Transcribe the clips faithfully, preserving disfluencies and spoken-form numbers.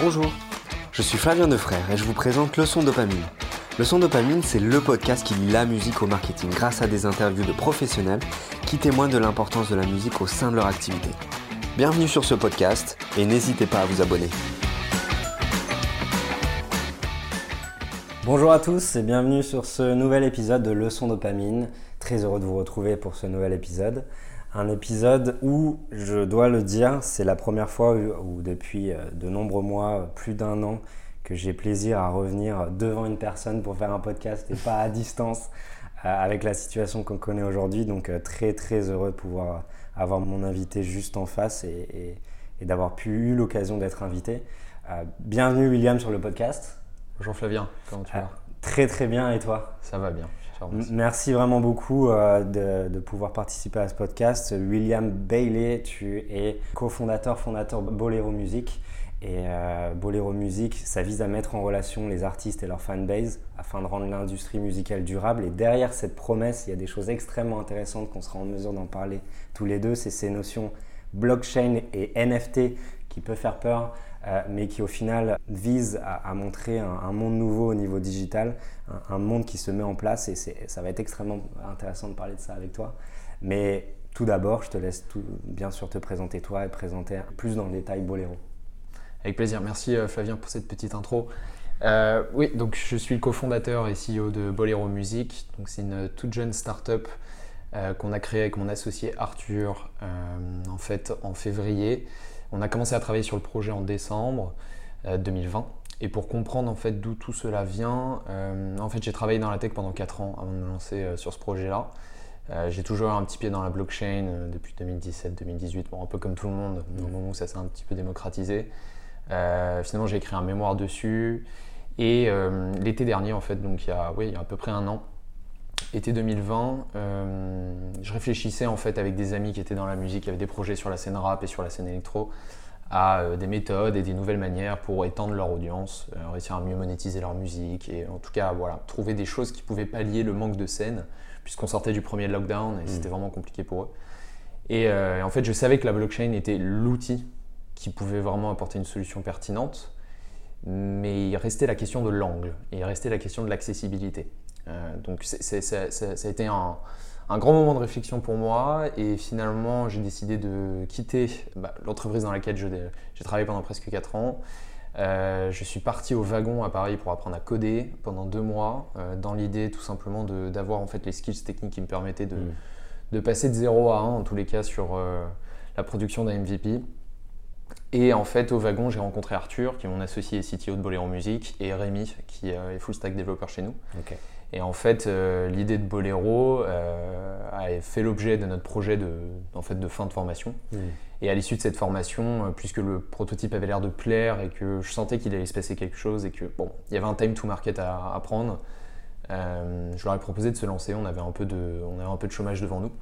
Bonjour, je suis Flavien Defrère et je vous présente Leçon Dopamine. Leçon Dopamine, c'est le podcast qui lie la musique au marketing grâce à des interviews de professionnels qui témoignent de l'importance de la musique au sein de leur activité. Bienvenue sur ce podcast et n'hésitez pas à vous abonner. Bonjour à tous et bienvenue sur ce nouvel épisode de Leçon Dopamine. Très heureux de vous retrouver pour ce nouvel épisode. Un épisode où, je dois le dire, c'est la première fois où, où depuis de nombreux mois, plus d'un an, que j'ai plaisir à revenir devant une personne pour faire un podcast et pas à distance euh, avec la situation qu'on connaît aujourd'hui. Donc euh, très très heureux de pouvoir avoir mon invité juste en face et, et, et d'avoir pu eu l'occasion d'être invité. Euh, bienvenue William sur le podcast. Bonjour Flavien, comment tu vas ? euh, Très très bien, et toi ? Ça va bien. Merci vraiment beaucoup euh, de, de pouvoir participer à ce podcast. William Bailey, tu es cofondateur, fondateur Bolero Music. Et euh, Bolero Music, ça vise à mettre en relation les artistes et leur fanbase afin de rendre l'industrie musicale durable. Et derrière cette promesse, il y a des choses extrêmement intéressantes qu'on sera en mesure d'en parler tous les deux. C'est ces notions blockchain et N F T qui peuvent faire peur, euh, mais qui au final visent à, à montrer un, un monde nouveau au niveau digital, un, un monde qui se met en place. Et c'est, ça va être extrêmement intéressant de parler de ça avec toi. Mais tout d'abord, je te laisse tout, bien sûr te présenter toi et présenter plus dans le détail Bolero. Avec plaisir, merci Flavien pour cette petite intro. Euh, oui, donc je suis le cofondateur et C E O de Bolero Music. Donc c'est une toute jeune start-up euh, qu'on a créée avec mon associé Arthur euh, en fait en février. On a commencé à travailler sur le projet en décembre euh, deux mille vingt. Et pour comprendre en fait d'où tout cela vient, euh, en fait j'ai travaillé dans la tech pendant quatre ans avant de me lancer euh, sur ce projet-là. Euh, j'ai toujours un petit pied dans la blockchain euh, depuis deux mille dix-sept deux mille dix-huit, bon, un peu comme tout le monde, au moment où ça s'est un petit peu démocratisé. Euh, finalement, j'ai écrit un mémoire dessus et euh, l'été dernier, en fait, donc il y a, oui, il y a à peu près un an, été deux mille vingt, euh, je réfléchissais en fait avec des amis qui étaient dans la musique, qui avaient des projets sur la scène rap et sur la scène électro, à euh, des méthodes et des nouvelles manières pour étendre leur audience, euh, réussir à mieux monétiser leur musique et en tout cas, voilà, trouver des choses qui pouvaient pallier le manque de scène, puisqu'on sortait du premier lockdown et mmh. c'était vraiment compliqué pour eux. Et euh, en fait, je savais que la blockchain était l'outil qui pouvait vraiment apporter une solution pertinente, mais il restait la question de l'angle, et il restait la question de l'accessibilité. Euh, donc c'est, c'est, c'est, c'est, ça a été un, un grand moment de réflexion pour moi, et finalement j'ai décidé de quitter bah, l'entreprise dans laquelle je, j'ai travaillé pendant presque quatre ans. Euh, je suis parti au Wagon à Paris pour apprendre à coder pendant deux mois, euh, dans l'idée tout simplement de, d'avoir en fait les skills techniques qui me permettaient de, mmh. de passer de zéro à un en tous les cas sur euh, la production d'un M V P. Et en fait, au Wagon, j'ai rencontré Arthur, qui est mon associé et C T O de Bolero Music, et Rémi, qui est full stack développeur chez nous. Okay. Et en fait, euh, l'idée de Bolero euh, a fait l'objet de notre projet de, en fait, de fin de formation. Mmh. Et à l'issue de cette formation, euh, puisque le prototype avait l'air de plaire et que je sentais qu'il allait se passer quelque chose et que bon, il y avait un time to market à, à prendre, euh, je leur ai proposé de se lancer. On avait un peu de, on avait un peu de chômage devant nous.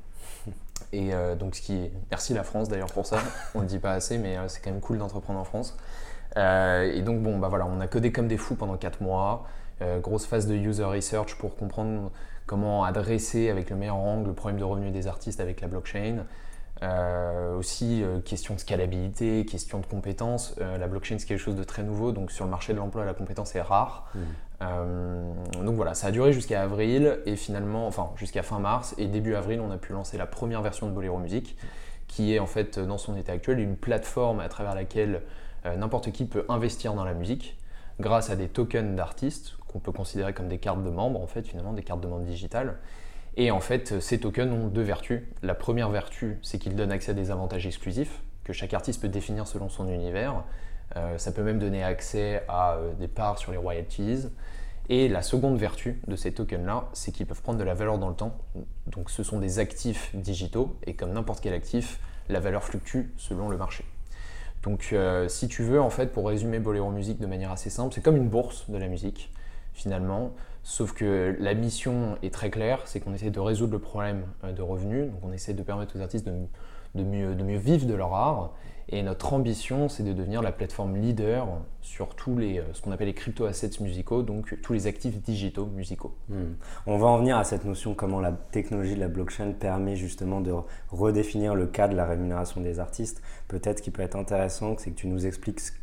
Et euh, donc, ce qui est... merci la France d'ailleurs pour ça, on ne le dit pas assez, mais euh, c'est quand même cool d'entreprendre en France. Euh, et donc, bon, bah voilà, on a codé comme des fous pendant quatre mois, euh, grosse phase de user research pour comprendre comment adresser avec le meilleur angle le problème de revenus des artistes avec la blockchain. Euh, aussi, euh, question de scalabilité, question de compétences. Euh, la blockchain, c'est quelque chose de très nouveau, donc sur le marché de l'emploi, la compétence est rare. Mmh. Euh, donc voilà, ça a duré jusqu'à avril et finalement, enfin jusqu'à fin mars et début avril, on a pu lancer la première version de Bolero Music, qui est en fait dans son état actuel une plateforme à travers laquelle euh, n'importe qui peut investir dans la musique grâce à des tokens d'artistes qu'on peut considérer comme des cartes de membres en fait, finalement des cartes de membres digitales. Et en fait, ces tokens ont deux vertus. La première vertu, c'est qu'ils donnent accès à des avantages exclusifs que chaque artiste peut définir selon son univers. Euh, ça peut même donner accès à euh, des parts sur les royalties. Et la seconde vertu de ces tokens-là, c'est qu'ils peuvent prendre de la valeur dans le temps. Donc ce sont des actifs digitaux, et comme n'importe quel actif, la valeur fluctue selon le marché. Donc euh, si tu veux, en fait, pour résumer Bolero Music de manière assez simple, c'est comme une bourse de la musique, finalement. Sauf que la mission est très claire, c'est qu'on essaie de résoudre le problème de revenus. Donc on essaie de permettre aux artistes de, de, mieux, de mieux vivre de leur art. Et notre ambition, c'est de devenir la plateforme leader sur tous les, ce qu'on appelle les crypto-assets musicaux, donc tous les actifs digitaux musicaux. Mmh. On va en venir à cette notion, comment la technologie de la blockchain permet justement de redéfinir le cas de la rémunération des artistes. Peut-être ce qui peut être intéressant, c'est que tu nous expliques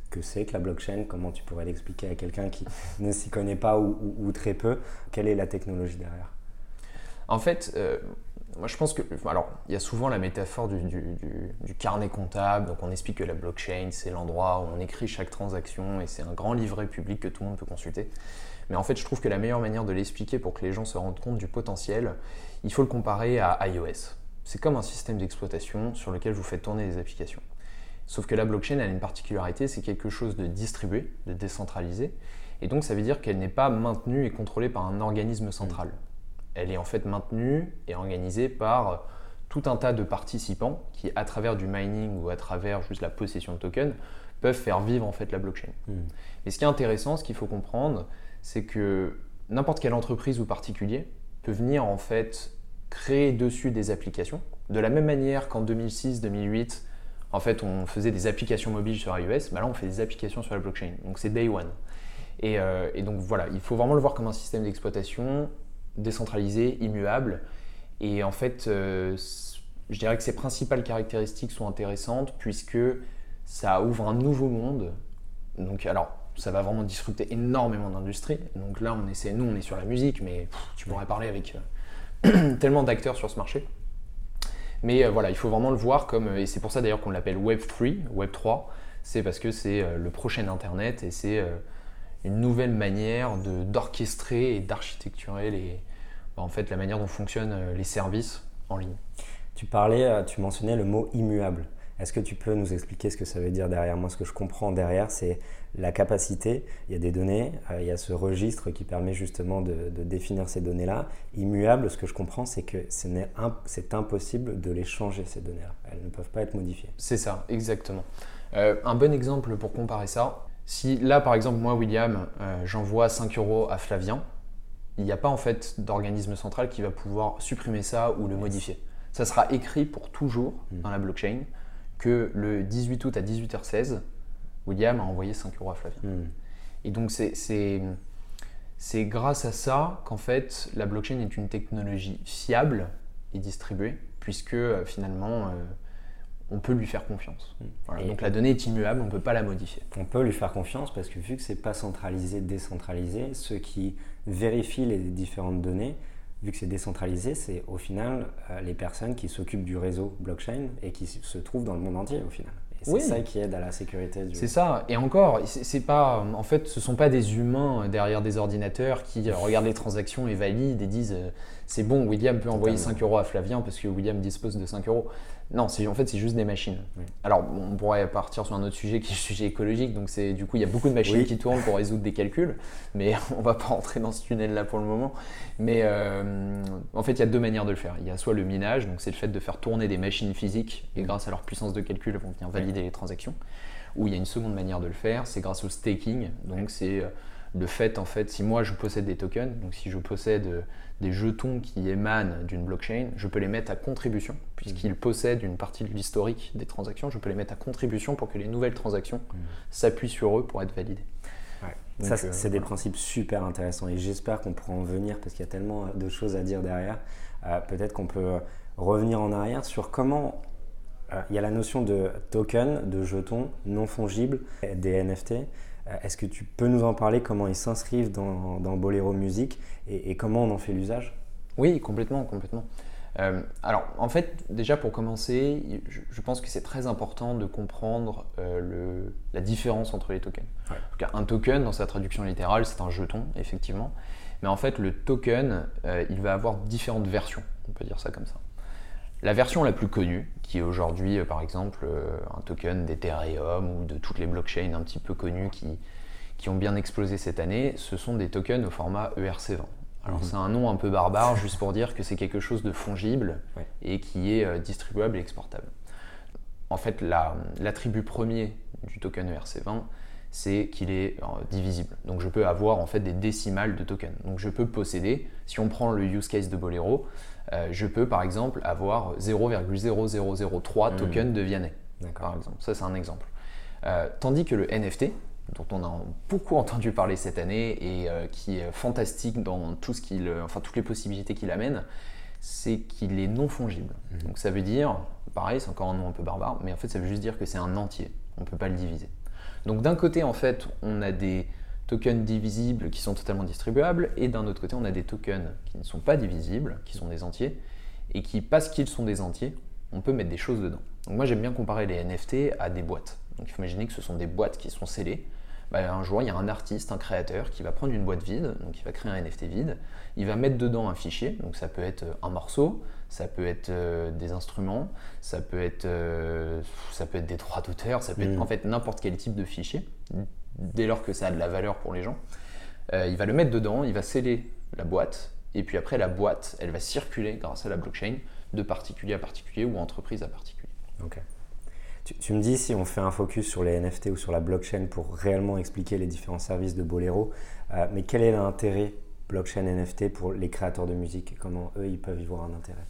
que c'est que la blockchain? Comment tu pourrais l'expliquer à quelqu'un qui ne s'y connaît pas ou, ou, ou très peu? Quelle est la technologie derrière? En fait, euh, moi je pense que, alors il y a souvent la métaphore du, du, du, du carnet comptable, donc on explique que la blockchain c'est l'endroit où on écrit chaque transaction et c'est un grand livret public que tout le monde peut consulter. Mais en fait je trouve que la meilleure manière de l'expliquer pour que les gens se rendent compte du potentiel, il faut le comparer à iOS. C'est comme un système d'exploitation sur lequel vous faites tourner des applications. Sauf que la blockchain a une particularité, c'est quelque chose de distribué, de décentralisé, et donc ça veut dire qu'elle n'est pas maintenue et contrôlée par un organisme central. Elle est en fait maintenue et organisée par tout un tas de participants qui, à travers du mining ou à travers juste la possession de tokens, peuvent faire vivre en fait la blockchain. Mmh. Et ce qui est intéressant, ce qu'il faut comprendre, c'est que n'importe quelle entreprise ou particulier peut venir en fait créer dessus des applications. De la même manière qu'en deux mille six deux mille huit, en fait, on faisait des applications mobiles sur iOS, bah là on fait des applications sur la blockchain. Donc c'est day one. Et, euh, et donc voilà, il faut vraiment le voir comme un système d'exploitation décentralisé, immuable. Et en fait, euh, je dirais que ses principales caractéristiques sont intéressantes puisque ça ouvre un nouveau monde. Donc alors, ça va vraiment disrupter énormément d'industries. Donc là, on essaie, nous, on est sur la musique, mais pff, tu pourrais parler avec euh, tellement d'acteurs sur ce marché. Mais euh, voilà, il faut vraiment le voir comme, et c'est pour ça d'ailleurs qu'on l'appelle Web trois, Web trois, c'est parce que c'est euh, le prochain Internet et c'est euh, une nouvelle manière de, d'orchestrer et d'architecturer les, bah, en fait, la manière dont fonctionnent euh, les services en ligne. Tu parlais, tu mentionnais le mot immuable. Est-ce que tu peux nous expliquer ce que ça veut dire derrière? Moi, ce que je comprends derrière, c'est la capacité. Il y a des données, euh, il y a ce registre qui permet justement de, de définir ces données-là. Immuable, ce que je comprends, c'est que ce n'est imp- c'est impossible de les changer, ces données-là. Elles ne peuvent pas être modifiées. C'est ça, exactement. Euh, un bon exemple pour comparer ça, si là, par exemple, moi, William, euh, j'envoie cinq euros à Flavien, il n'y a pas en fait d'organisme central qui va pouvoir supprimer ça ou le modifier. Ça sera écrit pour toujours mmh. dans la blockchain que le dix-huit août à dix-huit heures seize, William a envoyé cinq euros à Flavien. Mmh. Et donc, c'est, c'est, c'est grâce à ça qu'en fait, la blockchain est une technologie fiable et distribuée, puisque euh, finalement, euh, on peut lui faire confiance. Mmh. Voilà, donc, la donnée est immuable, on ne peut pas la modifier. On peut lui faire confiance parce que vu que ce n'est pas centralisé, décentralisé, ceux qui vérifient les différentes données, vu que c'est décentralisé, c'est au final euh, les personnes qui s'occupent du réseau blockchain et qui se trouvent dans le monde entier au final. Et c'est oui. ça qui aide à la sécurité du... C'est ça. Et encore, c'est, c'est pas, en fait, ce ne sont pas des humains derrière des ordinateurs qui regardent les transactions et valident et disent euh, c'est bon, William peut envoyer cinq euros à Flavien parce que William dispose de cinq euros. Non, c'est, en fait, c'est juste des machines. Oui. Alors, on pourrait partir sur un autre sujet qui est le sujet écologique. Donc, c'est, du coup, il y a beaucoup de machines oui. qui tournent pour résoudre des calculs. Mais on ne va pas rentrer dans ce tunnel-là pour le moment. Mais euh, en fait, il y a deux manières de le faire. Il y a soit le minage, donc c'est le fait de faire tourner des machines physiques et grâce à leur puissance de calcul, elles vont venir valider oui. les transactions. Ou il y a une seconde manière de le faire, c'est grâce au staking. Donc, c'est le fait, en fait, si moi, je possède des tokens, donc si je possède des jetons qui émanent d'une blockchain, je peux les mettre à contribution, puisqu'ils possèdent une partie de l'historique des transactions, je peux les mettre à contribution pour que les nouvelles transactions mmh. s'appuient sur eux pour être validées. Ouais. Donc, ça, c'est, euh, c'est des principes super intéressants et j'espère qu'on pourra en venir parce qu'il y a tellement de choses à dire derrière. Euh, peut-être qu'on peut revenir en arrière sur comment euh, il y a la notion de token, de jetons non fongibles, des N F T. Est-ce que tu peux nous en parler, comment ils s'inscrivent dans, dans Bolero Music et, et comment on en fait l'usage? Oui, complètement, complètement. Euh, alors, en fait, déjà pour commencer, je, je pense que c'est très important de comprendre euh, le, la différence entre les tokens. Ouais. En tout cas, un token, dans sa traduction littérale, c'est un jeton, effectivement. Mais en fait, le token, euh, il va avoir différentes versions, on peut dire ça comme ça. La version la plus connue, qui est aujourd'hui, euh, par exemple, euh, un token d'Ethereum ou de toutes les blockchains un petit peu connues qui, qui ont bien explosé cette année, ce sont des tokens au format E R C vingt. Alors, mmh. c'est un nom un peu barbare, juste pour dire que c'est quelque chose de fongible ouais. et qui est euh, distribuable et exportable. En fait, la, l'attribut premier du token E R C vingt, c'est qu'il est euh, divisible. Donc, je peux avoir en fait des décimales de tokens. Donc, je peux posséder, si on prend le use case de Bolero, Euh, je peux par exemple avoir zéro virgule zéro zéro zéro trois mmh. tokens de Vianney, par exemple. Ça, c'est un exemple. Euh, tandis que le N F T, dont on a beaucoup entendu parler cette année et euh, qui est fantastique dans tout ce qu'il, enfin, toutes les possibilités qu'il amène, c'est qu'il est non fongible. Mmh. Donc ça veut dire, pareil, c'est encore un nom un peu barbare, mais en fait ça veut juste dire que c'est un entier. On ne peut pas le diviser. Donc d'un côté, en fait, on a des tokens divisibles qui sont totalement distribuables, et d'un autre côté, on a des tokens qui ne sont pas divisibles, qui sont des entiers, et qui, parce qu'ils sont des entiers, on peut mettre des choses dedans. Donc moi, j'aime bien comparer les N F T à des boîtes. Donc il faut imaginer que ce sont des boîtes qui sont scellées. Bah, un jour, il y a un artiste, un créateur qui va prendre une boîte vide, donc il va créer un N F T vide, il va mettre dedans un fichier, donc ça peut être un morceau, ça peut être euh, des instruments, ça peut être, euh, ça peut être des droits d'auteur, ça peut être mmh. en fait n'importe quel type de fichier, dès lors que ça a de la valeur pour les gens. Euh, il va le mettre dedans, il va sceller la boîte, et puis après la boîte, elle va circuler grâce à la blockchain de particulier à particulier ou entreprise à particulier. Ok. Tu, tu me dis si on fait un focus sur les N F T ou sur la blockchain pour réellement expliquer les différents services de Bolero, euh, mais quel est l'intérêt blockchain N F T pour les créateurs de musique? Comment eux, ils peuvent y voir un intérêt?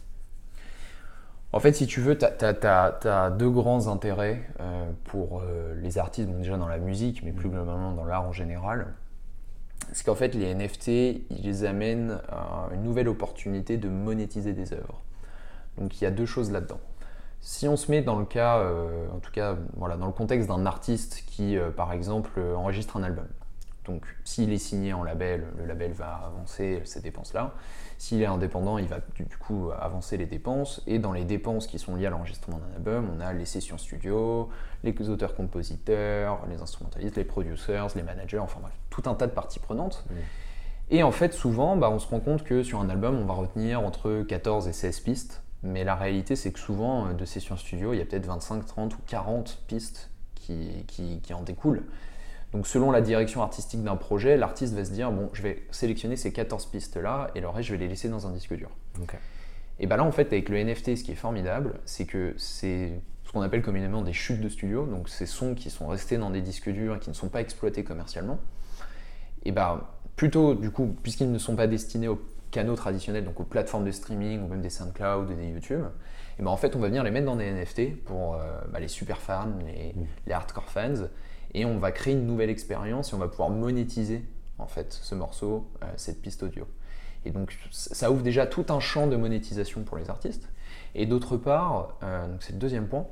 En fait, si tu veux, tu as deux grands intérêts euh, pour euh, les artistes, donc déjà dans la musique, mais plus globalement dans l'art en général. C'est qu'en fait, les N F T, ils les amènent à une nouvelle opportunité de monétiser des œuvres. Donc il y a deux choses là-dedans. Si on se met dans le cas, euh, en tout cas, voilà, dans le contexte d'un artiste qui, euh, par exemple, euh, enregistre un album. Donc s'il est signé en label, le label va avancer ces dépenses-là. S'il est indépendant, il va du coup avancer les dépenses. Et dans les dépenses qui sont liées à l'enregistrement d'un album, on a les sessions studio, les auteurs-compositeurs, les instrumentalistes, les producers, les managers, enfin bref, tout un tas de parties prenantes. Mmh. Et en fait, souvent, bah, on se rend compte que sur un album, on va retenir entre quatorze et seize pistes. Mais la réalité, c'est que souvent, de sessions studio, il y a peut-être vingt-cinq, trente ou quarante pistes qui, qui, qui en découlent. Donc selon la direction artistique d'un projet, l'artiste va se dire, bon, je vais sélectionner ces quatorze pistes-là et le reste, je vais les laisser dans un disque dur. Okay. Et bien là, en fait, avec le N F T, ce qui est formidable, c'est que c'est ce qu'on appelle communément des chutes de studio, donc ces sons qui sont restés dans des disques durs et qui ne sont pas exploités commercialement. Et bien, plutôt, du coup, puisqu'ils ne sont pas destinés aux canaux traditionnels, donc aux plateformes de streaming ou même des SoundCloud ou des YouTube, et ben en fait on va venir les mettre dans des N F T pour euh, bah, les super fans, les, mmh. les hardcore fans, et on va créer une nouvelle expérience et on va pouvoir monétiser en fait ce morceau, euh, cette piste audio. Et donc ça ouvre déjà tout un champ de monétisation pour les artistes. Et d'autre part, euh, donc c'est le deuxième point,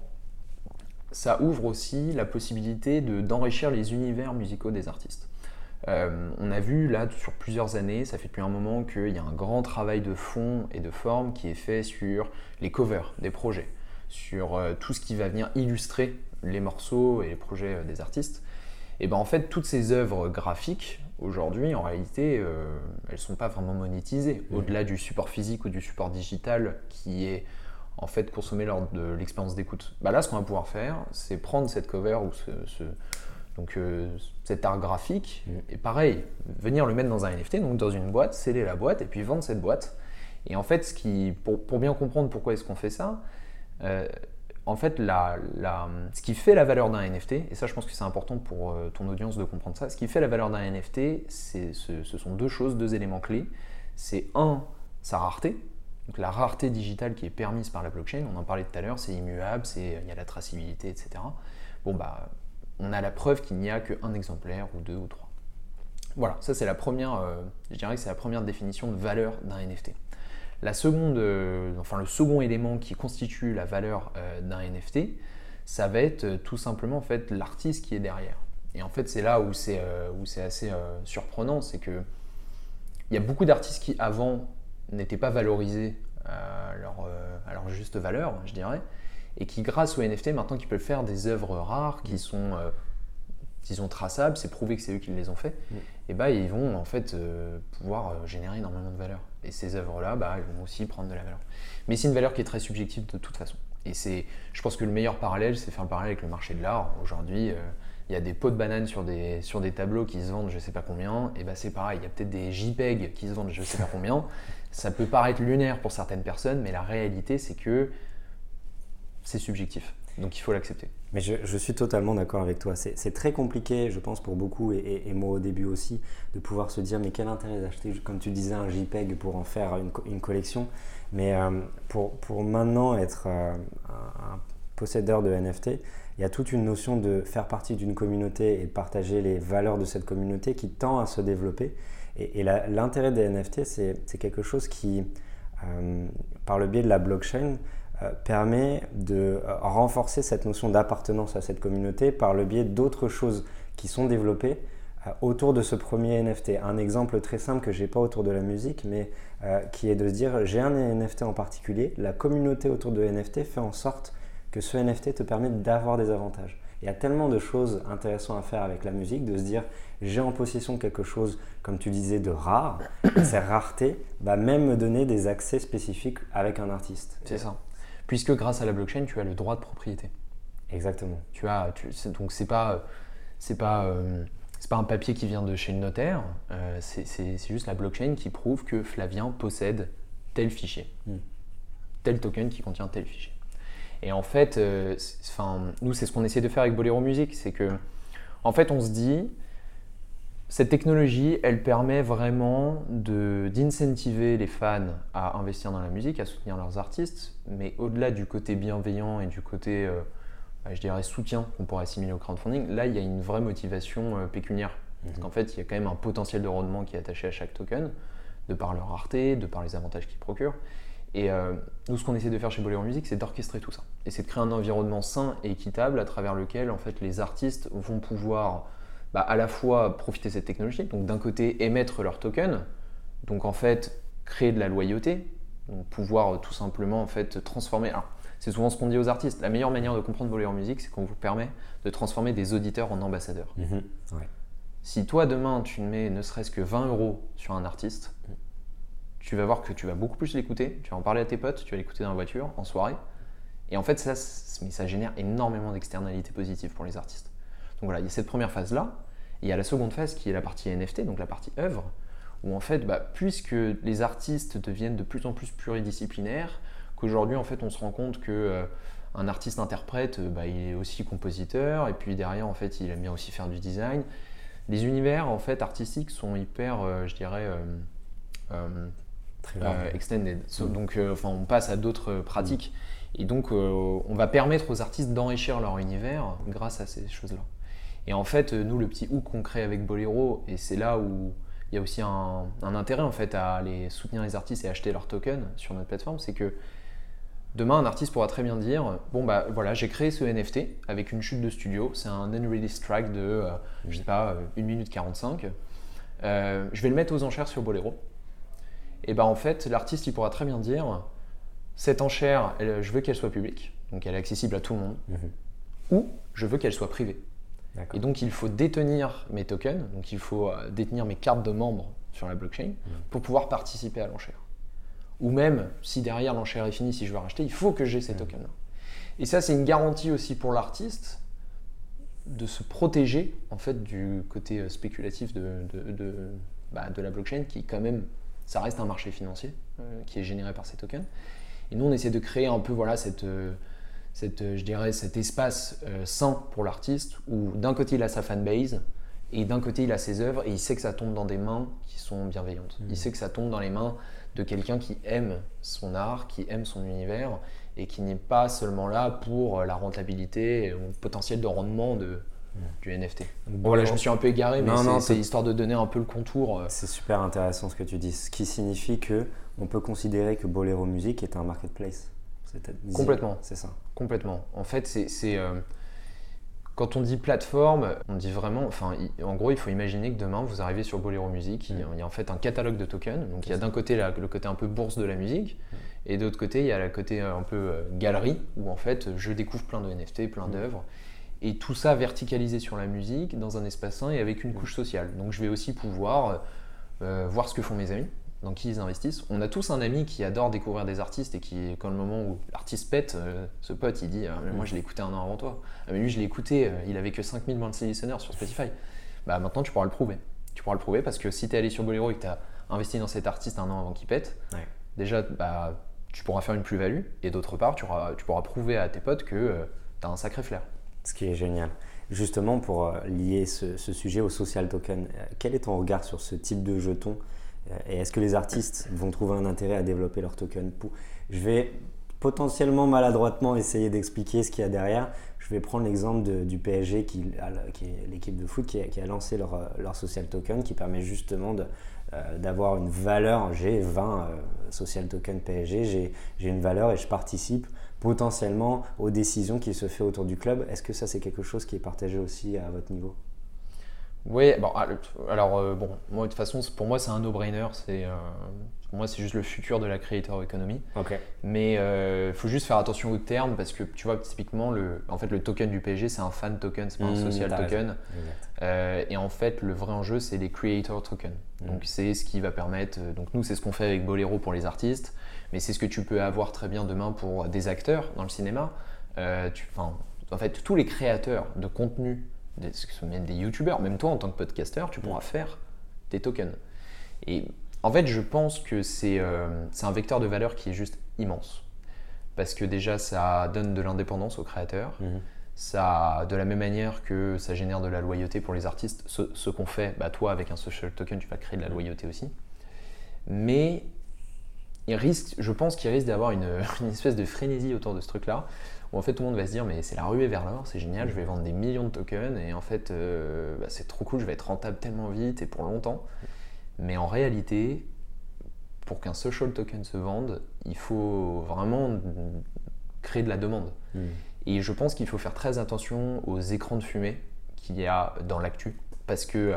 ça ouvre aussi la possibilité de, d'enrichir les univers musicaux des artistes. Euh, on a vu là sur plusieurs années, ça fait depuis un moment qu'il y a un grand travail de fond et de forme qui est fait sur les covers des projets, sur euh, tout ce qui va venir illustrer les morceaux et les projets euh, des artistes. Et ben en fait, toutes ces œuvres graphiques, aujourd'hui, en réalité, euh, elles ne sont pas vraiment monétisées. Mmh. Au-delà du support physique ou du support digital qui est en fait consommé lors de l'expérience d'écoute. Bah là, ce qu'on va pouvoir faire, c'est prendre cette cover ou ce... ce Donc euh, cet art graphique, et pareil, venir le mettre dans un N F T, donc dans une boîte, sceller la boîte et puis vendre cette boîte. Et en fait, ce qui, pour, pour bien comprendre pourquoi est-ce qu'on fait ça, euh, en fait, la, la, ce qui fait la valeur d'un N F T, et ça je pense que c'est important pour euh, ton audience de comprendre ça, ce qui fait la valeur d'un N F T, c'est, ce, ce sont deux choses, deux éléments clés. C'est un, sa rareté, donc la rareté digitale qui est permise par la blockchain, on en parlait tout à l'heure, c'est immuable, c'est, il y a la traçabilité, et cetera. Bon bah, on a la preuve qu'il n'y a qu'un exemplaire ou deux ou trois. Voilà, ça c'est la première, euh, je dirais que c'est la première définition de valeur d'un N F T. La seconde, euh, enfin le second élément qui constitue la valeur euh, d'un N F T, ça va être euh, tout simplement en fait l'artiste qui est derrière. Et en fait c'est là où c'est euh, où c'est assez euh, surprenant, c'est que il y a beaucoup d'artistes qui avant n'étaient pas valorisés à leur, euh, à leur juste valeur, je dirais. Et qui, grâce au N F T, maintenant qu'ils peuvent faire des œuvres rares qui sont, euh, qui sont traçables, c'est prouvé que c'est eux qui les ont fait, mmh. et bah, ils vont en fait euh, pouvoir euh, générer énormément de valeur. Et ces œuvres-là, bah, elles vont aussi prendre de la valeur. Mais c'est une valeur qui est très subjective de toute façon. Et c'est, je pense que le meilleur parallèle, c'est faire le parallèle avec le marché de l'art. Aujourd'hui, il euh, y a des pots de bananes sur des, sur des tableaux qui se vendent je ne sais pas combien, et bah, c'est pareil, il y a peut-être des JPEG qui se vendent je ne sais pas combien. Ça peut paraître lunaire pour certaines personnes, mais la réalité, c'est que c'est subjectif, donc il faut l'accepter. Mais je, je suis totalement d'accord avec toi. C'est, c'est très compliqué, je pense, pour beaucoup, et, et, et moi au début aussi, de pouvoir se dire mais quel intérêt d'acheter, comme tu disais, un JPEG pour en faire une, une collection. Mais euh, pour, pour maintenant être euh, un, un possédeur de N F T, il y a toute une notion de faire partie d'une communauté et de partager les valeurs de cette communauté qui tend à se développer. Et, et la, l'intérêt des N F T, c'est, c'est quelque chose qui, euh, par le biais de la blockchain, euh, permet de euh, renforcer cette notion d'appartenance à cette communauté par le biais d'autres choses qui sont développées euh, autour de ce premier N F T. Un exemple très simple que je n'ai pas autour de la musique, mais euh, qui est de se dire j'ai un N F T en particulier, la communauté autour de N F T fait en sorte que ce N F T te permet d'avoir des avantages. Il y a tellement de choses intéressantes à faire avec la musique, de se dire j'ai en possession quelque chose, comme tu disais, de rare. Cette rareté va même me donner des accès spécifiques avec un artiste. C'est ça. Puisque grâce à la blockchain, tu as le droit de propriété. Exactement. Tu as, tu, c'est, donc c'est pas, c'est pas, euh, c'est pas un papier qui vient de chez le notaire. Euh, c'est, c'est, c'est juste la blockchain qui prouve que Flavien possède tel fichier, mm. tel token qui contient tel fichier. Et en fait, euh, nous, c'est ce qu'on essaie de faire avec Bolero Music, c'est que, en fait, on se dit, cette technologie, elle permet vraiment de, d'incentiver les fans à investir dans la musique, à soutenir leurs artistes, mais au-delà du côté bienveillant et du côté, euh, bah, je dirais, soutien qu'on pourrait assimiler au crowdfunding, là, il y a une vraie motivation euh, pécuniaire. Mm-hmm. Parce qu'en fait, il y a quand même un potentiel de rendement qui est attaché à chaque token, de par leur rareté, de par les avantages qu'ils procurent. Et euh, nous, ce qu'on essaie de faire chez Bolero Music, c'est d'orchestrer tout ça. Et c'est de créer un environnement sain et équitable à travers lequel en fait, les artistes vont pouvoir bah, à la fois profiter de cette technologie, donc d'un côté émettre leur token, donc en fait créer de la loyauté, donc pouvoir tout simplement en fait transformer. Alors, c'est souvent ce qu'on dit aux artistes. La meilleure manière de comprendre Bolero Music, c'est qu'on vous permet de transformer des auditeurs en ambassadeurs. Mmh, ouais. Si toi demain tu mets ne serait-ce que vingt euros sur un artiste, mmh. tu vas voir que tu vas beaucoup plus l'écouter, tu vas en parler à tes potes, tu vas l'écouter dans la voiture, en soirée. Et en fait, ça, mais ça génère énormément d'externalités positives pour les artistes. Donc voilà, il y a cette première phase-là. Et il y a la seconde phase qui est la partie N F T, donc la partie œuvre, où en fait, bah, puisque les artistes deviennent de plus en plus pluridisciplinaires, qu'aujourd'hui, en fait, on se rend compte que euh, un artiste interprète, bah, il est aussi compositeur, et puis derrière, en fait, il aime bien aussi faire du design. Les univers, en fait, artistiques sont hyper, euh, je dirais, euh, euh, Euh, extended. So, mmh. Donc, euh, enfin, on passe à d'autres pratiques. Mmh. Et donc, euh, on va permettre aux artistes d'enrichir leur univers grâce à ces choses-là. Et en fait, nous, le petit hook qu'on crée avec Bolero, et c'est là où il y a aussi un, un intérêt en fait, à aller soutenir les artistes et acheter leurs tokens sur notre plateforme, c'est que demain, un artiste pourra très bien dire bon, bah voilà, j'ai créé ce N F T avec une chute de studio, c'est un unreleased track de, euh, mmh. je sais pas, une minute quarante-cinq. Euh, je vais le mettre aux enchères sur Bolero. Et ben en fait, l'artiste il pourra très bien dire cette enchère, elle, je veux qu'elle soit publique, donc elle est accessible à tout le monde, mmh. ou je veux qu'elle soit privée. D'accord. Et donc il faut détenir mes tokens, donc il faut euh, détenir mes cartes de membres sur la blockchain mmh. pour pouvoir participer à l'enchère. Ou même si derrière l'enchère est finie, si je veux racheter, il faut que j'ai ces mmh. tokens-là. Et ça, c'est une garantie aussi pour l'artiste de se protéger en fait du côté spéculatif de, de, de, bah, de la blockchain qui quand même ça reste un marché financier euh, qui est généré par ces tokens. Et nous, on essaie de créer un peu voilà, cette, euh, cette, euh, je dirais, cet espace euh, sain pour l'artiste où d'un côté, il a sa fanbase et d'un côté, il a ses œuvres et il sait que ça tombe dans des mains qui sont bienveillantes. Mmh. Il sait que ça tombe dans les mains de quelqu'un qui aime son art, qui aime son univers et qui n'est pas seulement là pour la rentabilité ou le potentiel de rendement de, du N F T. Bon, voilà, je me suis un peu égaré, mais non, c'est, non, c'est histoire de donner un peu le contour. C'est super intéressant ce que tu dis, ce qui signifie qu'on peut considérer que Bolero Music est un marketplace. C'est Complètement. C'est ça. Complètement. En fait, c'est, c'est euh, quand on dit plateforme, on dit vraiment, enfin, il, en gros, il faut imaginer que demain, vous arrivez sur Bolero Music, mmh. il, y a, il y a en fait un catalogue de tokens. Donc, c'est il y a d'un côté la, le côté un peu bourse de la musique, mmh. et de l'autre côté, il y a le côté un peu euh, galerie, où en fait, je découvre plein de N F T, plein mmh. d'œuvres. Et tout ça verticalisé sur la musique, dans un espace sain et avec une couche sociale. Donc je vais aussi pouvoir euh, voir ce que font mes amis, dans qui ils investissent. On a tous un ami qui adore découvrir des artistes et qui, quand le moment où l'artiste pète, euh, ce pote, il dit ah, « moi je l'ai écouté un an avant toi, ah, mais lui je l'ai écouté, euh, il avait que cinq mille monthly listeners sur Spotify. » Bah maintenant tu pourras le prouver. Tu pourras le prouver parce que si tu es allé sur Bolero et que tu as investi dans cet artiste un an avant qu'il pète, ouais. déjà bah, tu pourras faire une plus-value et d'autre part tu, auras, tu pourras prouver à tes potes que euh, tu as un sacré flair. Ce qui est génial. Justement, pour lier ce, ce sujet au social token, quel est ton regard sur ce type de jeton et est-ce que les artistes vont trouver un intérêt à développer leur token pour... Je vais potentiellement maladroitement essayer d'expliquer ce qu'il y a derrière. Je vais prendre l'exemple de, du P S G, qui, qui est l'équipe de foot qui a, qui a lancé leur, leur social token qui permet justement de, euh, d'avoir une valeur. J'ai vingt euh, social token P S G, j'ai, j'ai une valeur et je participe potentiellement aux décisions qui se font autour du club. Est-ce que ça, c'est quelque chose qui est partagé aussi à votre niveau ? Oui, bon, alors euh, bon, moi de toute façon, pour moi c'est un no-brainer, c'est, euh, pour moi c'est juste le futur de la creator economy. Okay. Mais il euh, faut juste faire attention aux termes parce que tu vois typiquement le, en fait le token du P S G c'est un fan token, c'est pas mmh, un social token. Euh, et en fait le vrai enjeu c'est les creator tokens. Mmh. Donc c'est ce qui va permettre, donc nous c'est ce qu'on fait avec Bolero pour les artistes, mais c'est ce que tu peux avoir très bien demain pour des acteurs dans le cinéma. Euh, tu, en fait tous les créateurs de contenu, Des, même des youtubeurs, même toi en tant que podcasteur, tu pourras faire des tokens. Et en fait, je pense que c'est, euh, c'est un vecteur de valeur qui est juste immense. Parce que déjà, ça donne de l'indépendance aux créateurs. Mmh. Ça, de la même manière que ça génère de la loyauté pour les artistes, ce, ce qu'on fait, bah toi avec un social token, tu vas créer de la loyauté aussi. Mais il risque, je pense qu'il risque d'avoir une, une espèce de frénésie autour de ce truc-là. Où en fait tout le monde va se dire mais c'est la ruée vers l'or, c'est génial, je vais vendre des millions de tokens et en fait euh, bah, c'est trop cool, je vais être rentable tellement vite et pour longtemps. Mais en réalité, pour qu'un social token se vende, il faut vraiment créer de la demande. Mmh. Et je pense qu'il faut faire très attention aux écrans de fumée qu'il y a dans l'actu parce que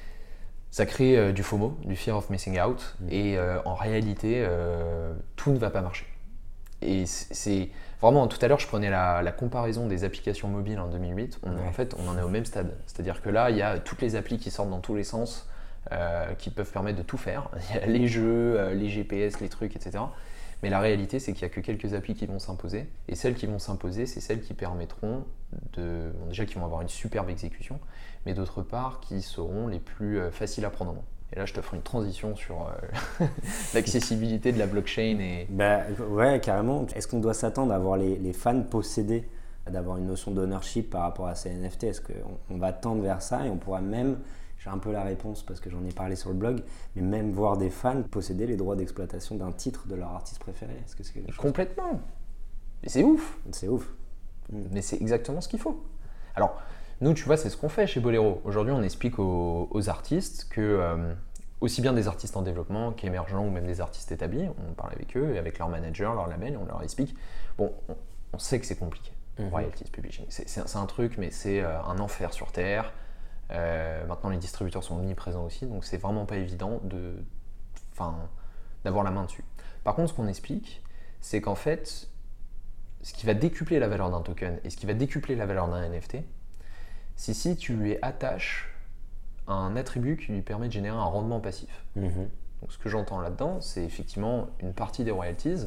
ça crée euh, du FOMO, du fear of missing out mmh. et euh, en réalité euh, tout ne va pas marcher. Et c'est vraiment, tout à l'heure je prenais la, la comparaison des applications mobiles en deux mille huit, on, ouais. en fait on en est au même stade, c'est-à-dire que là il y a toutes les applis qui sortent dans tous les sens, euh, qui peuvent permettre de tout faire, il y a les jeux, euh, les G P S, les trucs, et cetera. Mais la réalité c'est qu'il n'y a que quelques applis qui vont s'imposer, et celles qui vont s'imposer c'est celles qui permettront de, bon, déjà qui vont avoir une superbe exécution, mais d'autre part qui seront les plus euh, faciles à prendre en main. Et là, je te ferai une transition sur euh, l'accessibilité de la blockchain. Et... Bah, ouais, carrément. Est-ce qu'on doit s'attendre à voir les, les fans posséder, d'avoir une notion d'ownership par rapport à ces N F T ? Est-ce qu'on on va tendre vers ça et on pourra même, j'ai un peu la réponse parce que j'en ai parlé sur le blog, mais même voir des fans posséder les droits d'exploitation d'un titre de leur artiste préféré ? Est-ce que c'est quelque chose ? Complètement. Mais c'est ouf. C'est ouf. Mais c'est exactement ce qu'il faut. Alors, nous, tu vois, c'est ce qu'on fait chez Bolero. Aujourd'hui, on explique aux, aux artistes que, euh, aussi bien des artistes en développement qu'émergents ou même des artistes établis, on parle avec eux et avec leur manager, leur label, et on leur explique. Bon, on, on sait que c'est compliqué, mm-hmm. royalties publishing. C'est, c'est, c'est un truc, mais c'est euh, un enfer sur Terre. Euh, maintenant, les distributeurs sont omniprésents aussi, donc c'est vraiment pas évident de, enfin, d'avoir la main dessus. Par contre, ce qu'on explique, c'est qu'en fait, ce qui va décupler la valeur d'un token et ce qui va décupler la valeur d'un N F T, c'est si tu lui attaches un attribut qui lui permet de générer un rendement passif. Mmh. Donc ce que j'entends là-dedans, c'est effectivement une partie des royalties.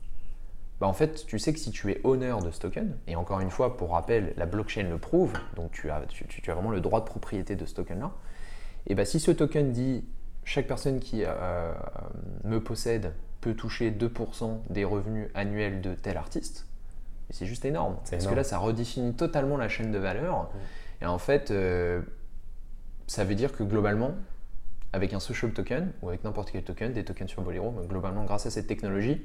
Bah en fait, tu sais que si tu es owner de ce token, et encore une fois, pour rappel, la blockchain le prouve, donc tu as, tu, tu as vraiment le droit de propriété de ce token-là, et bah si ce token dit chaque personne qui euh, me possède peut toucher deux pour cent des revenus annuels de tel artiste, et c'est juste énorme, c'est parce énorme. Que là, ça redéfinit totalement la chaîne de valeur. Mmh. Et en fait, euh, ça veut dire que globalement, avec un social token ou avec n'importe quel token, des tokens sur Bolero, globalement, grâce à cette technologie,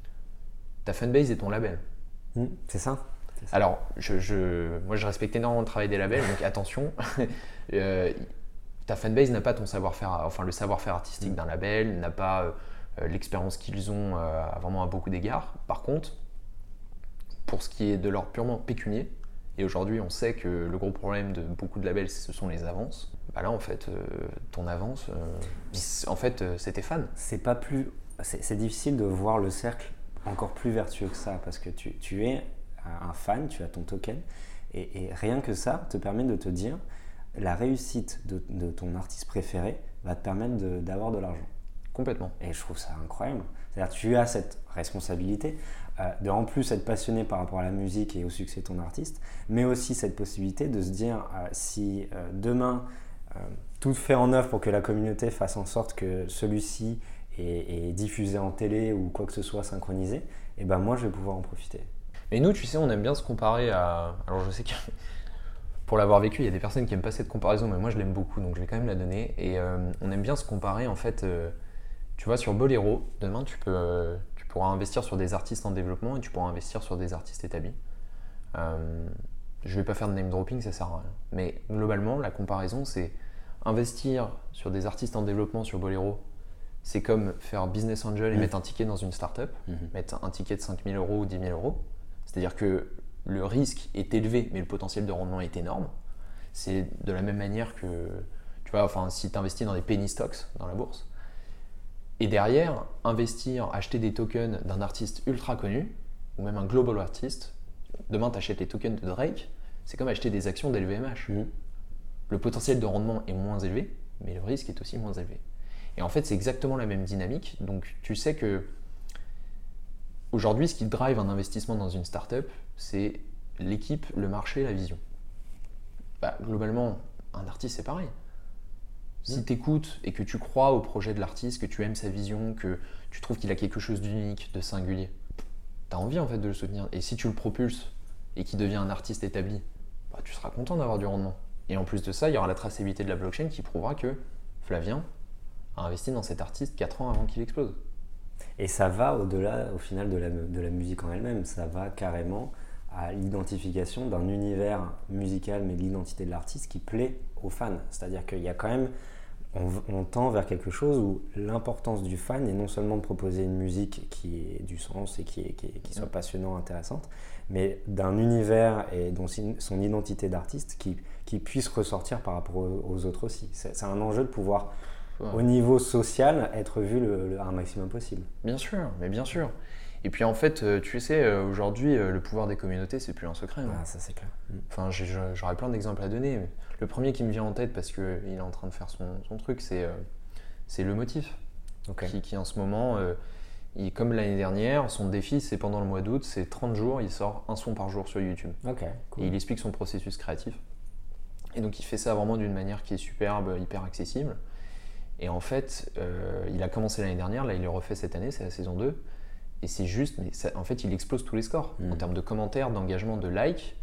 ta fanbase est ton label. Mmh, c'est ça. C'est ça. Alors, je, je, moi, je respecte énormément le travail des labels, donc attention, euh, ta fanbase n'a pas ton savoir-faire, enfin le savoir-faire artistique mmh. d'un label, n'a pas euh, l'expérience qu'ils ont euh, vraiment à beaucoup d'égards. Par contre, pour ce qui est de l'ordre purement pécunier, et aujourd'hui, on sait que le gros problème de beaucoup de labels, ce sont les avances. Bah là, en fait, euh, ton avance, euh, en fait, euh, c'est tes fans. C'est pas plus, c'est, c'est difficile de voir le cercle encore plus vertueux que ça, parce que tu, tu es un fan, tu as ton token, et, et rien que ça te permet de te dire, la réussite de, de ton artiste préféré va te permettre de, d'avoir de l'argent. Complètement. Et je trouve ça incroyable. C'est-à-dire que tu as cette responsabilité euh, de en plus être passionné par rapport à la musique et au succès de ton artiste, mais aussi cette possibilité de se dire euh, si euh, demain euh, tout fait en œuvre pour que la communauté fasse en sorte que celui-ci est, est diffusé en télé ou quoi que ce soit synchronisé, et ben moi je vais pouvoir en profiter. Mais nous, tu sais, on aime bien se comparer à... Alors je sais que pour l'avoir vécu, il y a des personnes qui n'aiment pas cette comparaison, mais moi je l'aime beaucoup, donc je vais quand même la donner. Et euh, on aime bien se comparer en fait... Euh, Tu vois, sur Bolero, demain, tu, peux, euh, tu pourras investir sur des artistes en développement et tu pourras investir sur des artistes établis. Euh, je ne vais pas faire de name dropping, ça sert à rien. Mais globalement, la comparaison, c'est investir sur des artistes en développement sur Bolero, c'est comme faire business angel et mmh. mettre un ticket dans une startup, mmh. mettre un ticket de cinq mille euros ou dix mille euros. C'est-à-dire que le risque est élevé, mais le potentiel de rendement est énorme. C'est de la même manière que, tu vois, enfin, si tu investis dans des penny stocks dans la bourse, et derrière, investir, acheter des tokens d'un artiste ultra connu, ou même un global artist, demain tu achètes les tokens de Drake, c'est comme acheter des actions d'L V M H. Mmh. Le potentiel de rendement est moins élevé, mais le risque est aussi moins élevé. Et en fait, c'est exactement la même dynamique. Donc, tu sais que aujourd'hui, ce qui drive un investissement dans une startup, c'est l'équipe, le marché, la vision. Bah, globalement, un artiste, c'est pareil. Si mmh. tu écoutes et que tu crois au projet de l'artiste, que tu aimes sa vision, que tu trouves qu'il a quelque chose d'unique, de singulier, tu as envie en fait de le soutenir. Et si tu le propulses et qu'il devient un artiste établi, bah, tu seras content d'avoir du rendement. Et en plus de ça, il y aura la traçabilité de la blockchain qui prouvera que Flavien a investi dans cet artiste quatre ans avant qu'il explose. Et ça va au-delà, au final, de la, de la musique en elle-même. Ça va carrément à l'identification d'un univers musical, mais de l'identité de l'artiste qui plaît aux fans. C'est-à-dire qu'il y a quand même, on, on tend vers quelque chose où l'importance du fan est non seulement de proposer une musique qui ait du sens et qui, est, qui, est, qui soit passionnante, intéressante, mais d'un univers et dont son identité d'artiste qui, qui puisse ressortir par rapport aux, aux autres aussi. C'est, c'est un enjeu de pouvoir, ouais. au niveau social, être vu le, le, un maximum possible. Bien sûr, mais bien sûr. Et puis en fait, tu sais, aujourd'hui, le pouvoir des communautés, c'est plus un secret. Ah, ça c'est clair. Enfin, j'ai, j'aurais plein d'exemples à donner. Mais le premier qui me vient en tête, parce qu'il est en train de faire son, son truc, c'est, c'est Le Motif. Okay. Qui, qui en ce moment, euh, il, comme l'année dernière, son défi, c'est pendant le mois d'août, c'est trente jours, il sort un son par jour sur YouTube. Okay, cool. Et il explique son processus créatif. Et donc il fait ça vraiment d'une manière qui est superbe, hyper accessible. Et en fait, euh, il a commencé l'année dernière, là il le refait cette année, c'est la saison deux. Et c'est juste, mais ça, en fait, il explose tous les scores mmh. en termes de commentaires, d'engagement, de likes,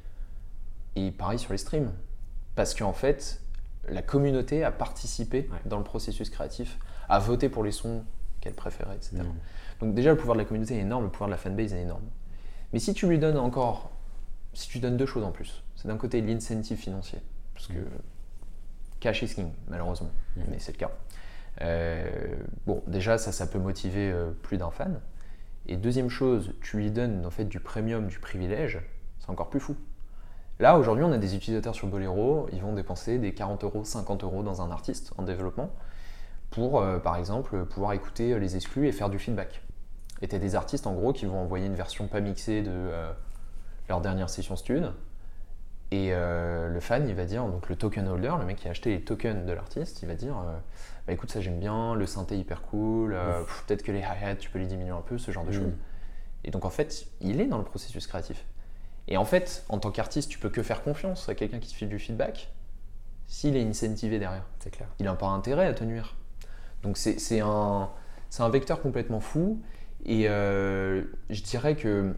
et pareil sur les streams. Parce qu'en fait, la communauté a participé ouais. dans le processus créatif, a voté pour les sons qu'elle préférait, et cetera. Mmh. Donc déjà, le pouvoir de la communauté est énorme, le pouvoir de la fanbase est énorme. Mais si tu lui donnes encore, si tu donnes deux choses en plus, c'est d'un côté l'incentive financier, parce que mmh. cash is king, malheureusement, mmh. mais c'est le cas. Euh, bon, déjà, ça, ça peut motiver euh, plus d'un fan. Et deuxième chose, tu lui donnes en fait du premium, du privilège, c'est encore plus fou. Là, aujourd'hui, on a des utilisateurs sur Bolero, ils vont dépenser des quarante euros, cinquante euros dans un artiste en développement pour, euh, par exemple, pouvoir écouter les exclus et faire du feedback. Et tu as des artistes, en gros, qui vont envoyer une version pas mixée de euh, leur dernière session stud. Et euh, le fan, il va dire, donc le token holder, le mec qui a acheté les tokens de l'artiste, il va dire euh, bah écoute, ça j'aime bien, le synthé hyper cool, euh, pff, peut-être que les hi-hats tu peux les diminuer un peu, ce genre de mmh. choses. Et donc en fait, il est dans le processus créatif. Et en fait, en tant qu'artiste, tu peux que faire confiance à quelqu'un qui te file du feedback s'il est incentivé derrière. C'est clair. Il n'a pas intérêt à te nuire. Donc c'est, c'est, un, c'est un vecteur complètement fou. Et euh, je dirais que.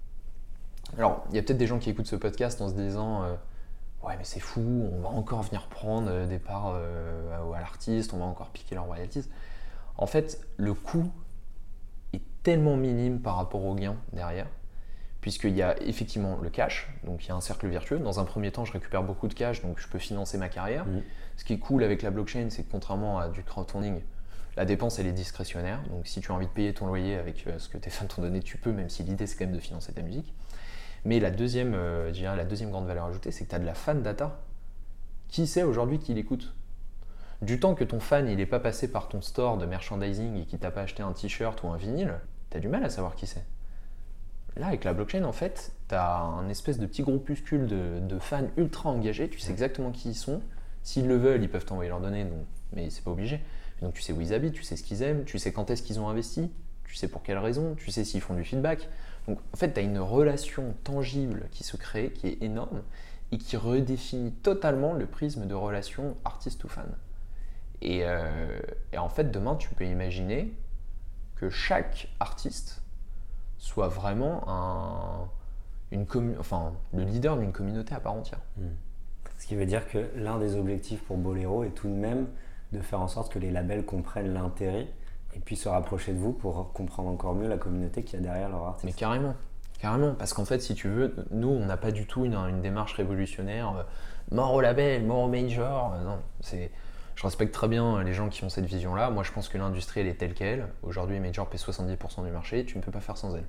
Alors, il y a peut-être des gens qui écoutent ce podcast en se disant euh, ouais, mais c'est fou, on va encore venir prendre des parts euh, à, à l'artiste, on va encore piquer leurs royalties. En fait, le coût est tellement minime par rapport au gain derrière, puisqu'il y a effectivement le cash, donc il y a un cercle vertueux. Dans un premier temps, je récupère beaucoup de cash, donc je peux financer ma carrière. Mmh. Ce qui est cool avec la blockchain, c'est que contrairement à du crowdfunding, la dépense, elle est discrétionnaire. Donc si tu as envie de payer ton loyer avec ce que tes fans t'ont donné, tu peux, même si l'idée, c'est quand même de financer ta musique. Mais la deuxième, euh, je dirais, la deuxième grande valeur ajoutée, c'est que tu as de la fan data. Qui sait aujourd'hui qui l'écoute ? Du temps que ton fan il n'est pas passé par ton store de merchandising et qu'il t'a pas acheté un t-shirt ou un vinyle, tu as du mal à savoir qui c'est. Là, avec la blockchain, en fait, tu as un espèce de petit groupuscule de, de fans ultra engagés, tu sais exactement qui ils sont. S'ils le veulent, ils peuvent t'envoyer leurs données, donc, mais c'est pas obligé. Donc tu sais où ils habitent, tu sais ce qu'ils aiment, tu sais quand est-ce qu'ils ont investi, tu sais pour quelle raison, tu sais s'ils font du feedback. Donc en fait, tu as une relation tangible qui se crée, qui est énorme et qui redéfinit totalement le prisme de relation artiste ou fan. Et, euh, et en fait, demain, tu peux imaginer que chaque artiste soit vraiment un, une commu- enfin, le leader d'une communauté à part entière. Mmh. Ce qui veut dire que l'un des objectifs pour Bolero est tout de même de faire en sorte que les labels comprennent l'intérêt et puis se rapprocher de vous pour comprendre encore mieux la communauté qu'il y a derrière leur artiste. Mais carrément, carrément, parce qu'en fait, si tu veux, nous, on n'a pas du tout une, une démarche révolutionnaire, euh, mort au label, mort au major, euh, non, c'est... Je respecte très bien les gens qui ont cette vision-là. Moi, je pense que l'industrie, elle est telle qu'elle. Aujourd'hui, Major paie soixante-dix pour cent du marché, tu ne peux pas faire sans elle.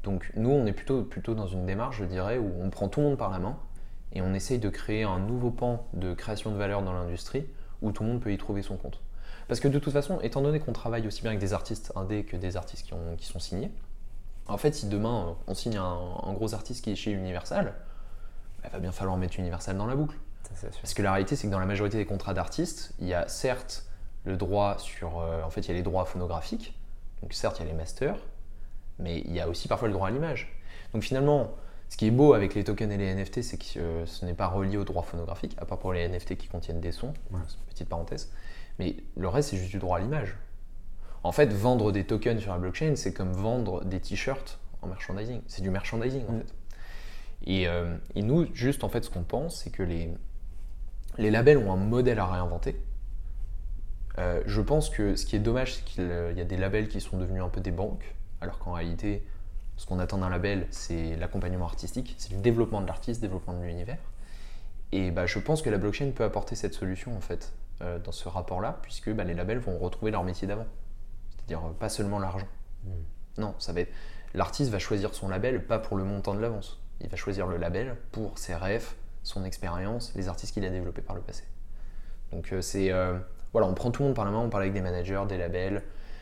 Donc nous, on est plutôt, plutôt dans une démarche, je dirais, où on prend tout le monde par la main et on essaye de créer un nouveau pan de création de valeur dans l'industrie où tout le monde peut y trouver son compte. Parce que de toute façon, étant donné qu'on travaille aussi bien avec des artistes indés que des artistes qui, ont, qui sont signés, en fait, si demain on signe un, un gros artiste qui est chez Universal, il va bien falloir mettre Universal dans la boucle. Ça, Parce que la réalité, c'est que dans la majorité des contrats d'artistes, il y a certes le droit sur... Euh, en fait, il y a les droits phonographiques, donc certes, il y a les masters, mais il y a aussi parfois le droit à l'image. Donc finalement, ce qui est beau avec les tokens et les N F T, c'est que euh, ce n'est pas relié au droit phonographique, à part pour les N F T qui contiennent des sons, ouais. C'est une petite parenthèse, mais le reste, c'est juste du droit à l'image. En fait, vendre des tokens sur la blockchain, c'est comme vendre des t-shirts en merchandising. C'est du merchandising, en mm. fait. Et, euh, et nous, juste, en fait, ce qu'on pense, c'est que les, les labels ont un modèle à réinventer. Euh, je pense que ce qui est dommage, c'est qu'il y a des labels qui sont devenus un peu des banques, alors qu'en réalité, ce qu'on attend d'un label, c'est l'accompagnement artistique, c'est le développement de l'artiste, développement de l'univers. Et bah, je pense que la blockchain peut apporter cette solution, en fait, euh, dans ce rapport-là, puisque bah, les labels vont retrouver leur métier d'avant. C'est-à-dire euh, pas seulement l'argent. Mmh. Non, ça va être... l'artiste va choisir son label, pas pour le montant de l'avance. Il va choisir le label pour ses rêves, son expérience, les artistes qu'il a développés par le passé. Donc euh, c'est... Euh, voilà, on prend tout le monde par la main, on parle avec des managers, des labels,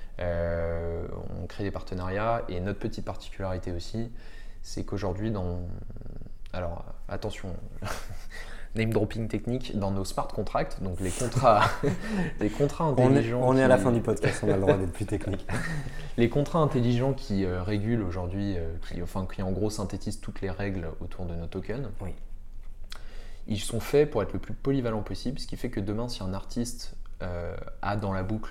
euh, on crée des partenariats, et notre petite particularité aussi, c'est qu'aujourd'hui, dans... Alors, attention, name dropping technique, dans nos smart contracts, donc les contrats, les contrats intelligents... On est, on est qui... à la fin du podcast, on a le droit d'être plus technique. Les contrats intelligents qui euh, régulent aujourd'hui, euh, qui, enfin, qui en gros synthétisent toutes les règles autour de nos tokens, oui. Ils sont faits pour être le plus polyvalent possible, ce qui fait que demain, si un artiste euh, a dans la boucle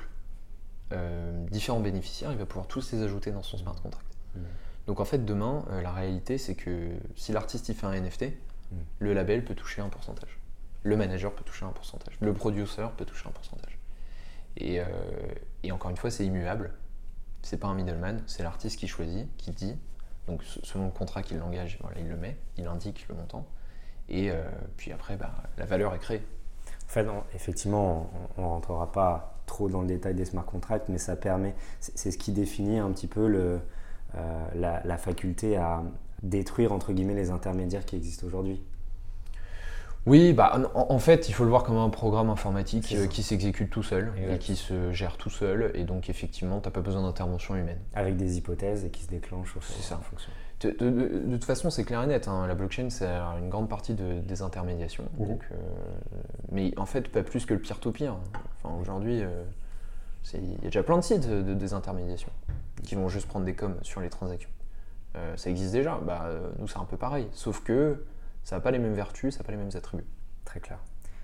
euh, différents bénéficiaires, il va pouvoir tous les ajouter dans son smart contract. Mmh. Donc en fait, demain, euh, la réalité, c'est que si l'artiste il fait un N F T, mmh. le label peut toucher un pourcentage. Le manager peut toucher un pourcentage. Le producer peut toucher un pourcentage. Et, euh, et encore une fois, c'est immuable. C'est pas un middleman, c'est l'artiste qui choisit, qui dit. Donc selon le contrat qu'il engage, voilà, il le met, il indique le montant. Et euh, puis après, bah, la valeur est créée. En fait, on, effectivement, on ne rentrera pas trop dans le détail des smart contracts, mais ça permet, c'est, c'est ce qui définit un petit peu le, euh, la, la faculté à détruire, entre guillemets, les intermédiaires qui existent aujourd'hui. Oui, bah, en, en fait, il faut le voir comme un programme informatique euh, qui s'exécute tout seul exact. Et qui se gère tout seul. Et donc, effectivement, tu n'as pas besoin d'intervention humaine. Avec des hypothèses et qui se déclenchent au c'est ça. En fonction. De, de, de, de toute façon, c'est clair et net. Hein. La blockchain, c'est une grande partie de désintermédiation. Mmh. Donc, euh, mais en fait, pas plus que le peer-to-peer. Enfin, aujourd'hui, euh, il y a déjà plein de sites de désintermédiation qui vont juste prendre des coms sur les transactions. Euh, ça existe déjà. Bah, euh, nous, c'est un peu pareil. Sauf que ça n'a pas les mêmes vertus, ça n'a pas les mêmes attributs. Très clair.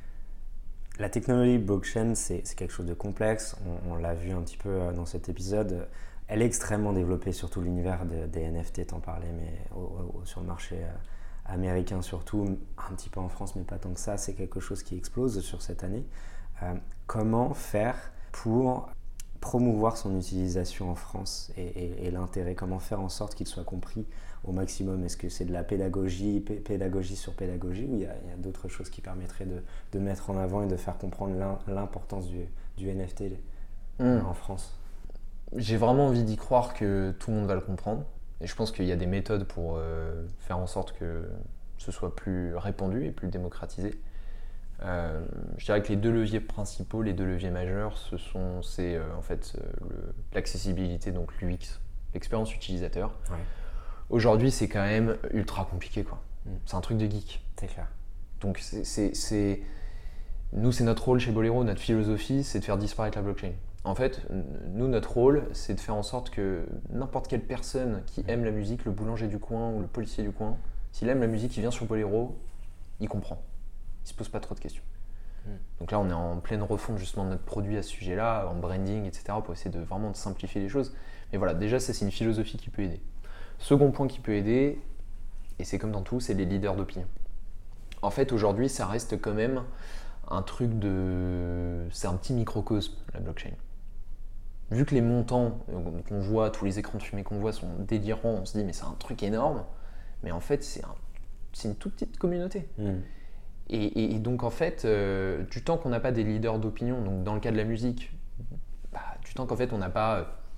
La technologie blockchain, c'est, c'est quelque chose de complexe. On, on l'a vu un petit peu dans cet épisode. Elle est extrêmement développée, surtout l'univers de, des N F T, t'en parlais, mais au, au, sur le marché euh, américain surtout, un petit peu en France, mais pas tant que ça. C'est quelque chose qui explose sur cette année. Euh, comment faire pour promouvoir son utilisation en France et, et, et l'intérêt? Comment faire en sorte qu'il soit compris au maximum? Est-ce que c'est de la pédagogie, p- pédagogie sur pédagogie, ou il y a, il y a d'autres choses qui permettraient de, de mettre en avant et de faire comprendre l'im- l'importance du, du N F T mmh. en France? J'ai vraiment envie d'y croire que tout le monde va le comprendre. Et je pense qu'il y a des méthodes pour euh, faire en sorte que ce soit plus répandu et plus démocratisé. Euh, je dirais que les deux leviers principaux, les deux leviers majeurs, ce sont c'est euh, en fait euh, le, l'accessibilité, donc l'U X, l'expérience utilisateur. Ouais. Aujourd'hui, c'est quand même ultra compliqué, quoi. Mm. C'est un truc de geek. C'est clair. Donc c'est, c'est, c'est... nous, c'est notre rôle chez Bolero, notre philosophie, c'est de faire disparaître la blockchain. En fait, nous, notre rôle, c'est de faire en sorte que n'importe quelle personne qui aime la musique, le boulanger du coin ou le policier du coin, s'il aime la musique, il vient sur Bolero, il comprend. Il ne se pose pas trop de questions. Mm. Donc là, on est en pleine refonte justement de notre produit à ce sujet-là, en branding, et cetera, pour essayer de vraiment de simplifier les choses. Mais voilà, déjà, ça, c'est une philosophie qui peut aider. Second point qui peut aider, et c'est comme dans tout, c'est les leaders d'opinion. En fait, aujourd'hui, ça reste quand même un truc de... C'est un petit microcosme, la blockchain. Vu que les montants qu'on voit, tous les écrans de fumée qu'on voit sont délirants, on se dit mais c'est un truc énorme, mais en fait c'est, un, c'est une toute petite communauté. Mmh. Et, et, et donc en fait, euh, du temps qu'on n'a pas des leaders d'opinion, donc dans le cas de la musique, bah, du temps qu'en fait on n'a pas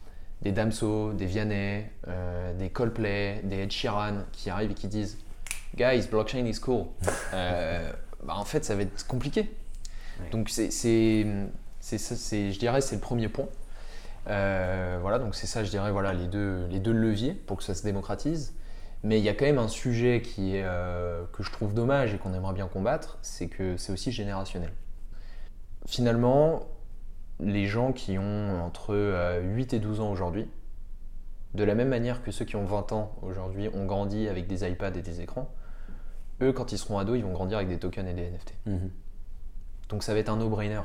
des Damso, des Vianney, euh, des Coldplay, des Ed Sheeran qui arrivent et qui disent « Guys, blockchain is cool euh, », bah, en fait, ça va être compliqué. Ouais. Donc, c'est, c'est, c'est, c'est, je dirais c'est le premier point. Euh, voilà, donc c'est ça, je dirais, voilà, les deux, les deux leviers pour que ça se démocratise. Mais il y a quand même un sujet qui est, euh, que je trouve dommage et qu'on aimerait bien combattre, c'est que c'est aussi générationnel. Finalement, les gens qui ont entre huit et douze ans aujourd'hui, de la même manière que ceux qui ont vingt ans aujourd'hui ont grandi avec des iPads et des écrans, eux, quand ils seront ados, ils vont grandir avec des tokens et des N F T. Mmh. Donc ça va être un no-brainer.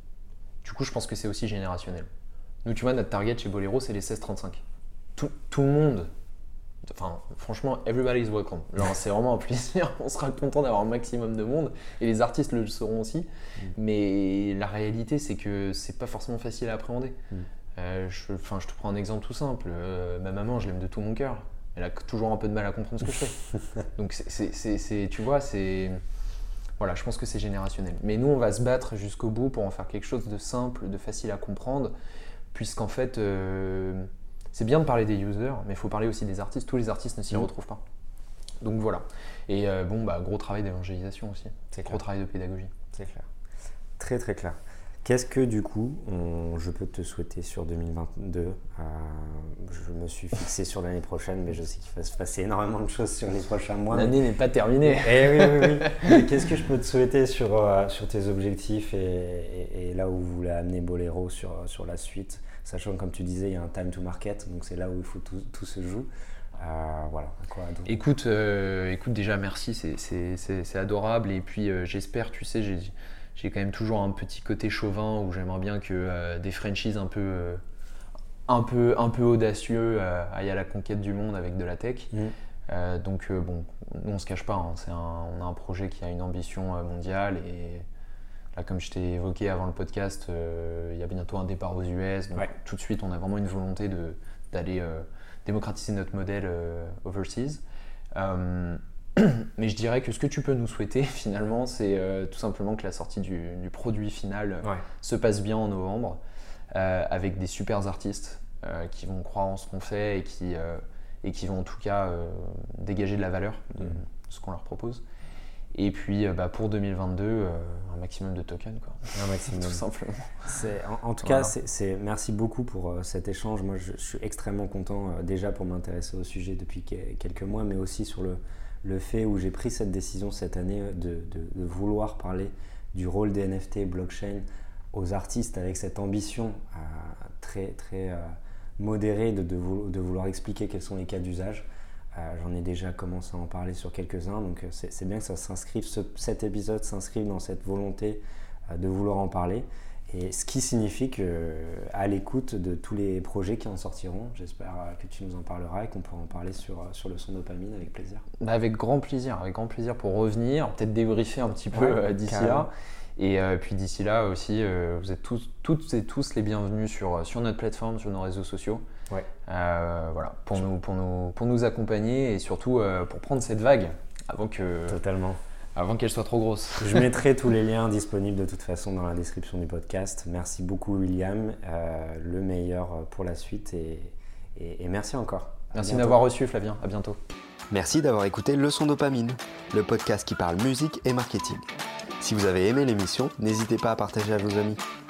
Du coup, je pense que c'est aussi générationnel. Nous, tu vois, notre target chez Bolero, c'est les seize trente-cinq. Tout, tout le monde, enfin, franchement, everybody is welcome. Genre, c'est vraiment un plaisir. On sera content d'avoir un maximum de monde et les artistes le seront aussi. Mm. Mais la réalité, c'est que c'est pas forcément facile à appréhender. Mm. Euh, je, enfin, je te prends un exemple tout simple. Euh, ma maman, je l'aime de tout mon cœur. Elle a toujours un peu de mal à comprendre ce que je fais. Donc, c'est, c'est, c'est, c'est, tu vois, c'est. Voilà, je pense que c'est générationnel. Mais nous, on va se battre jusqu'au bout pour en faire quelque chose de simple, de facile à comprendre. Puisqu'en fait, euh, c'est bien de parler des users, mais il faut parler aussi des artistes. Tous les artistes ne s'y mmh. retrouvent pas. Donc voilà. Et euh, bon, bah, gros travail d'évangélisation aussi. C'est gros clair. Travail de pédagogie. C'est clair. Très très clair. Qu'est-ce que du coup, on, je peux te souhaiter sur deux mille vingt-deux euh, Je me suis fixé sur l'année prochaine, mais je sais qu'il va se passer énormément de choses sur les prochains mois. L'année mais... n'est pas terminée. Eh oui, oui, oui. Mais qu'est-ce que je peux te souhaiter sur, euh, sur tes objectifs et, et, et là où vous voulez amener Bolero sur, sur la suite, sachant que comme tu disais, il y a un time to market, donc c'est là où il faut tout, tout se joue. Euh, voilà. Quoi, donc... écoute, euh, écoute, déjà merci, c'est, c'est, c'est, c'est adorable. Et puis euh, j'espère, tu sais, j'ai... J'ai quand même toujours un petit côté chauvin où j'aimerais bien que euh, des franchises un peu, euh, un peu, un peu audacieux euh, aillent à la conquête du monde avec de la tech. Mmh. Euh, donc euh, bon, nous on se cache pas, hein, c'est un, on a un projet qui a une ambition euh, mondiale et là comme je t'ai évoqué avant le podcast, euh, il y a bientôt un départ aux U S. Donc ouais. Tout de suite on a vraiment une volonté de, d'aller euh, démocratiser notre modèle euh, overseas. Euh, Mais je dirais que ce que tu peux nous souhaiter finalement, c'est euh, tout simplement que la sortie du, du produit final ouais. se passe bien en novembre, euh, avec des super artistes euh, qui vont croire en ce qu'on fait et qui, euh, et qui vont en tout cas euh, dégager de la valeur de mmh. ce qu'on leur propose. Et puis euh, bah, pour deux mille vingt-deux, euh, un maximum de tokens, quoi. Un maximum. Tout simplement. C'est, en, en tout voilà. cas, c'est, c'est, merci beaucoup pour euh, cet échange. Moi, je, je suis extrêmement content euh, déjà pour m'intéresser au sujet depuis que, quelques mois, mais aussi sur le le fait où j'ai pris cette décision cette année de, de, de vouloir parler du rôle des N F T, blockchain, aux artistes avec cette ambition euh, très, très euh, modérée de, de, vou- de vouloir expliquer quels sont les cas d'usage. Euh, j'en ai déjà commencé à en parler sur quelques-uns, donc c'est, c'est bien que ça s'inscrive, ce, cet épisode s'inscrive dans cette volonté euh, de vouloir en parler. Et ce qui signifie qu'à l'écoute de tous les projets qui en sortiront, j'espère que tu nous en parleras et qu'on pourra en parler sur, sur le son dopamine avec plaisir. Bah avec grand plaisir, avec grand plaisir pour revenir, peut-être débriefer un petit peu ouais, euh, d'ici carrément. là. Et euh, puis d'ici là aussi, euh, vous êtes tous, toutes et tous les bienvenus sur, sur notre plateforme, sur nos réseaux sociaux. Ouais. Euh, voilà, pour nous, pour, nous, pour nous accompagner et surtout euh, pour prendre cette vague avant que... Totalement. Avant qu'elle soit trop grosse. Je mettrai tous les liens disponibles de toute façon dans la description du podcast. Merci beaucoup William, euh, le meilleur pour la suite et, et, et merci encore. Merci d'avoir reçu Flavien, à bientôt. Merci d'avoir écouté Leçon Dopamine, le podcast qui parle musique et marketing. Si vous avez aimé l'émission, n'hésitez pas à partager à vos amis.